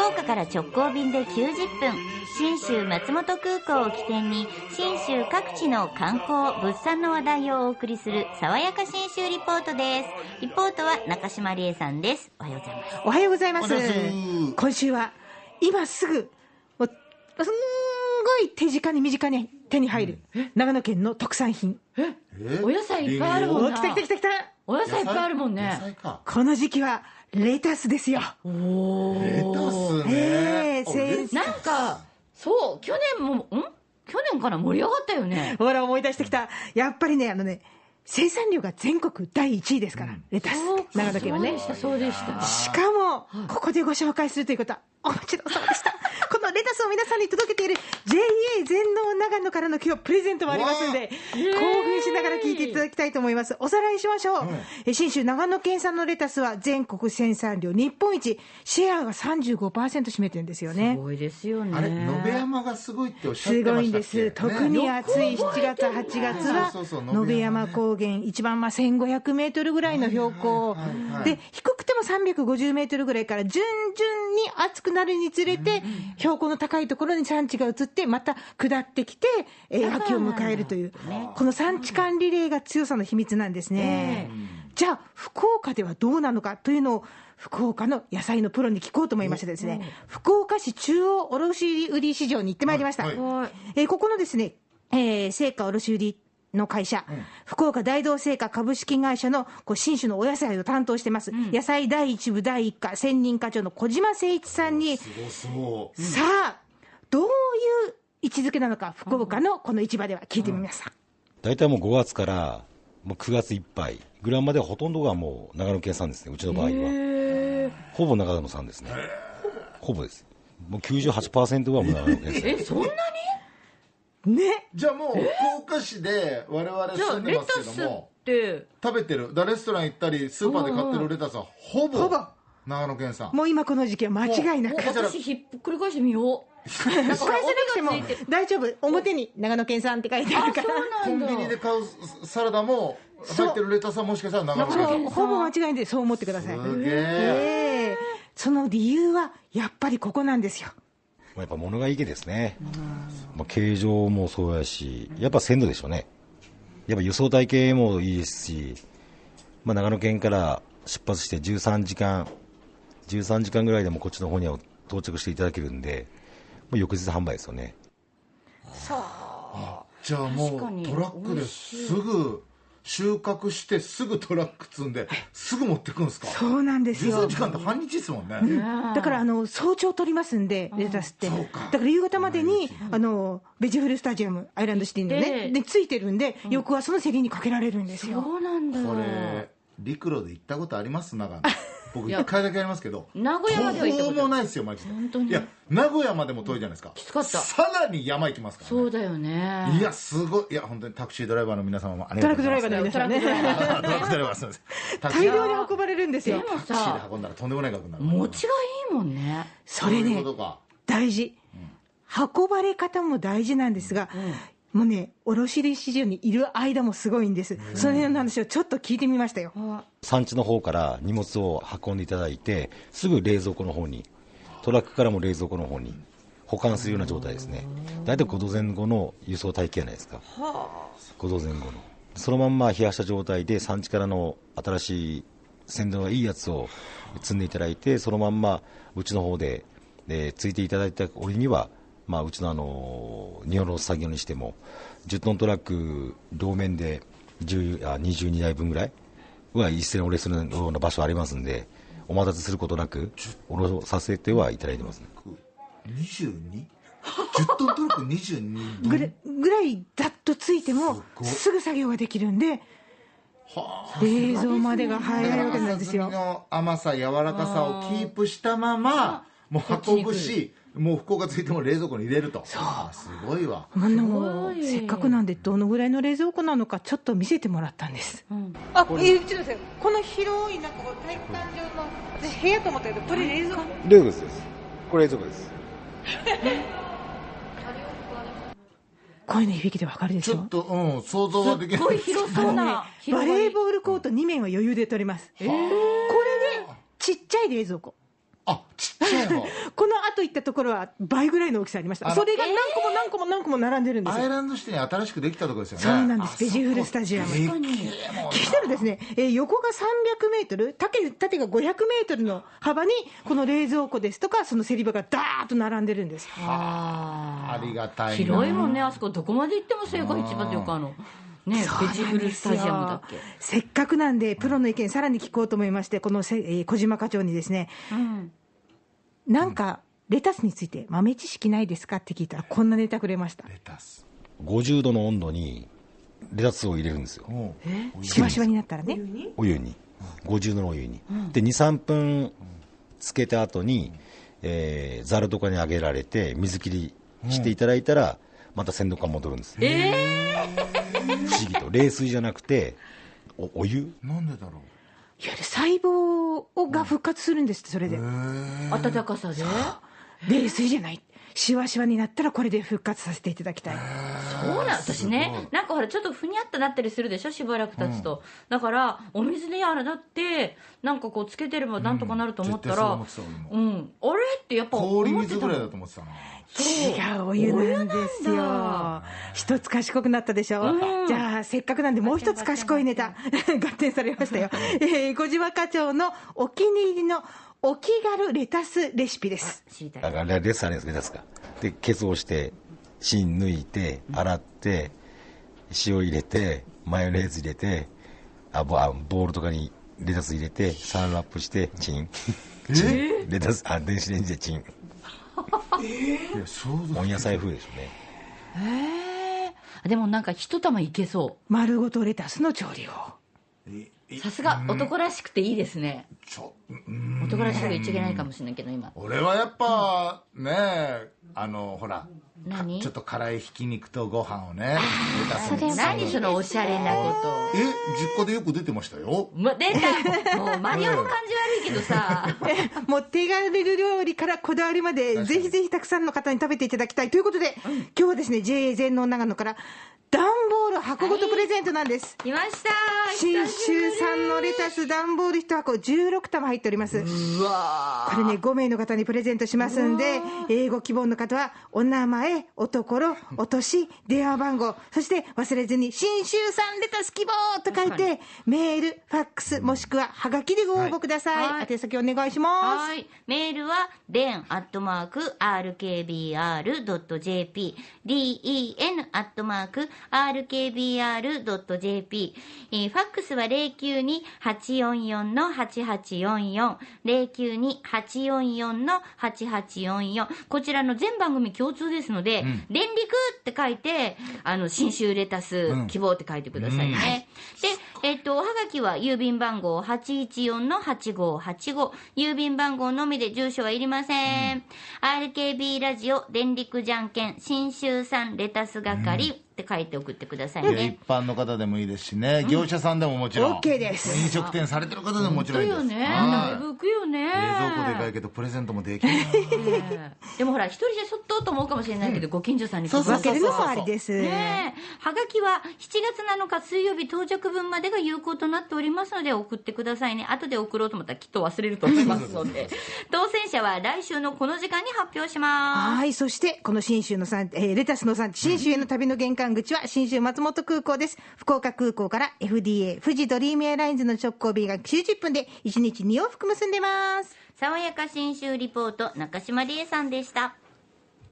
岡から直行便で90分、信州松本空港を起点に信州各地の観光物産の話題をお送りする爽やか信州リポートです。リポートは中島理恵さんです。おはようございます。 おはようございます。今週は今すぐすんごい手近に身近に手に入る長野県の特産品。 お野菜いっぱいあるもんな。 来た。 お野菜いっぱいあるもんね。 この時期はレタスですよ。 レタスね。 なんかそう去年から盛り上がったよね。 ほら思い出してきた。やっぱりね生産量が全国第1位ですから、レタス長野県はね。 そうでした。 しかもここでご紹介するということはお待ちどうさまでした。このレタスを皆さんに届けている JA 全農長野からの今日プレゼントもありますので、興奮しながら聞いていただきたいと思います。おさらいしましょう。信州長野県産のレタスは全国生産量日本一、シェアが 35% 占めてるんですよね。 すごいですよね。 あれ野辺山がすごいっておっしゃってましたっけ。 すごいんです。特に暑い7月8月は野辺山高原一番1500メートルぐらいの標高で、低くても350メートルぐらいから順々に暑くなるにつれて標高の高いところに産地が移ってまた下ってきて秋を迎えるという、この産地間リレーが強さの秘密なんですね。じゃあ福岡ではどうなのかというのを福岡の野菜のプロに聞こうと思いましてですね、福岡市中央卸売市場に行ってまいりました。ここのですね、青果卸売の会社、福岡大同製菓株式会社の信州のお野菜を担当してます、野菜第一部第一課専任課長の小島誠一さんに、さあどういう位置づけなのか福岡のこの市場では聞いてみました。 大体もう5月からもう9月いっぱいぐらいまではほとんどがもう長野県産ですね。うちの場合はほぼ長野産ですね。ほぼです。もう 98% はもう長野県産。 そんなにね。 じゃあもう福岡市で我々住んでますけども食べてるレストラン行ったりスーパーで買ってるレタスはほぼ長野県産。 もう今この時期は間違いなく。 私ひっくり返してみよう。 返せなくても大丈夫。表に長野県産って書いてあるから。 コンビニで買うサラダも入ってるレタスはもしかしたら長野県産。 ほぼ間違いでそう思ってください。 すげえ。 その理由はやっぱりここなんですよ。 やっぱ物がいいけですね。形状もそうやし、やっぱ鮮度でしょうね。やっぱ輸送体系もいいですし、長野県から出発して13時間ぐらいでもこっちの方には到着していただけるんで、もう翌日販売ですよね。 じゃあもうトラックですぐ収穫してすぐトラック積んですぐ持ってくんですか。 そうなんですよ。 13時間って半日ですもんね。 だから早朝取りますんでレタスって、だから夕方までにベジフルスタジアムアイランドシティのねでついてるんで、翌朝の競りにかけられるんですよ。 そうなんだ。 これ陸路で行ったことあります長野。僕1回だけありますけど、 名古屋までは行ったこともないですよマジで。 本当に。 いや名古屋までも遠いじゃないですか。 きつかった。 さらに山行きますからね。 そうだよね。 いやすごい。いや本当にタクシードライバーの皆様もありがとうございます。 トラックドライバーの皆さんね。 トラックドライバーすみません。 大量に運ばれるんですよ。 でもタクシーで運んだらとんでもない額になる。 持ちがいいもんね。 それね大事。運ばれ方も大事なんですが、もうね卸売市場にいる間もすごいんです。その辺の話をちょっと聞いてみましたよ。 産地の方から荷物を運んでいただいて、すぐ冷蔵庫の方に、トラックからも冷蔵庫の方に保管するような状態ですね。大体5度前後の輸送体系じゃないですか。5度前後のそのまんま冷やした状態で産地からの新しい鮮度のいいやつを積んでいただいて、そのまんまうちの方でついていただいた折には、うちの荷下ろす作業にしても10トントラック両面で22台分ぐらいは一斉におろするような場所ありますんで、お待たせすることなくおろさせてはいただいてますね。 22?10 トントラック22 ぐらいざっとついてもすぐ作業ができるんで、冷蔵までが入るわけなんですよ。 だからの甘さ柔らかさをキープしたままもう運ぶし、もう福岡ついても冷蔵庫に入れると。すごいわ。 もうせっかくなんでどのぐらいの冷蔵庫なのかちょっと見せてもらったんです。あ、この広いなんか体育館上の私部屋と思ったけど、これ冷蔵庫？ 冷蔵庫です。これ冷蔵庫です。 こういうの響きでわかるでしょ。 ちょっと想像はできない。 すごい広そうな、 バレーボールコート2面は余裕で取れます。これでちっちゃい冷蔵庫。 ちっちゃい方この後行ったところは倍ぐらいの大きさありました。それが何個も並んでるんですよ。 アイランドシティに新しくできたところですよね。 そうなんです。ベジフルスタジアム。聞いたらですね、横が300メートル、縦が500メートルの幅にこの冷蔵庫ですとかそのセリ場がダーッと並んでるんです。 ありがたいな。 広いもんね。あそこどこまで行っても青果市場というかね、ベジフルスタジアムだっけ。 せっかくなんでプロの意見さらに聞こうと思いまして、この小島課長にですね、なんかレタスについて豆知識ないですかって聞いたらこんなネタくれました。 レタス 50度の温度にレタスを入れるんですよ。 しわしわになったらね、 お湯に50度のお湯に、で 2,3 分つけた後に、ざるとかにあげられて水切りしていただいたら、また鮮度感戻るんです。不思議と冷水じゃなくて お湯。 なんでだろう。 いわゆる細胞が復活するんですって。それで温かさで冷水じゃない、しわしわになったらこれで復活させていただきたい。 そうなん。私ね、なんかほらちょっとふにゃっとなったりするでしょ、しばらく経つと、だからお水で洗ってなんかこうつけてればなんとかなると思ったら、あれってやっぱ氷水ぐらいだと思ってたな。 違う、お湯なんですよ。一つ賢くなったでしょ。じゃあせっかくなんでもう一つ賢いネタ合点されましたよ。小島課長のお気に入りのお気軽レタスレシピです。 だからレタスか。で削をして芯抜いて洗って塩入れてマヨネーズ入れてボウルとかにレタス入れてサランラップしてチンレタス電子レンジでチン。温野菜風でしょうね。 でもなんか一玉いけそう。 丸ごとレタスの調理法。 さすが男らしくていいですね。男らしく言っちゃいけないかもしれないけど今。 俺はやっぱねほら何ちょっと辛いひき肉とご飯をね。 何そのおしゃれなこと。 実家でよく出てましたよ。 出た。もうマリオも感じ悪いけどさ。 もう手軽料理からこだわりまでぜひぜひたくさんの方に食べていただきたいということで、今日はですね JA 全農長野から段ボール箱ごとプレゼントなんです。 来ました。 信州産のレタス段ボール1箱16玉入っております。 うわこれね5名の方にプレゼントしますんで、英語希望の方はお名前、おところ、お年、電話番号、そして忘れずに信州産レタス希望と書いてメール、ファックスもしくはハガキでご応募ください。宛先お願いします。 はい。メールはden@rkbr.jp den@rkbr.jp ファックスは 092-844-8844 092-844-8844 こちらの全番組共通ですので、連陸って書いて信州レタス希望って書いてくださいね。で、おはがきは郵便番号 814-8585 郵便番号のみで住所はいりません。RKB ラジオ連陸じゃんけん信州産レタス係って書いて送ってくださいね。 一般の方でもいいですしね、業者さんでももちろん OK です。 飲食店されてる方でももちろんいいです。 だいぶ浮くよね。 冷蔵庫でかいけどプレゼントもできる。 でもほら一人じゃちょっと思うかもしれないけど、ご近所さんに分けるのもありです。 はがきは7月7日水曜日到着分までが有効となっておりますので送ってくださいね。後で送ろうと思ったらきっと忘れると思いますので当選者は来週のこの時間に発表します。 はい。そしてこの信州のレタスの産地信州への旅の玄関口は信州松本空港です。福岡空港から FDA 富士ドリームエアラインズの直行便が90分で1日2往復結んでます。 爽やか信州リポート中島理恵さんでした。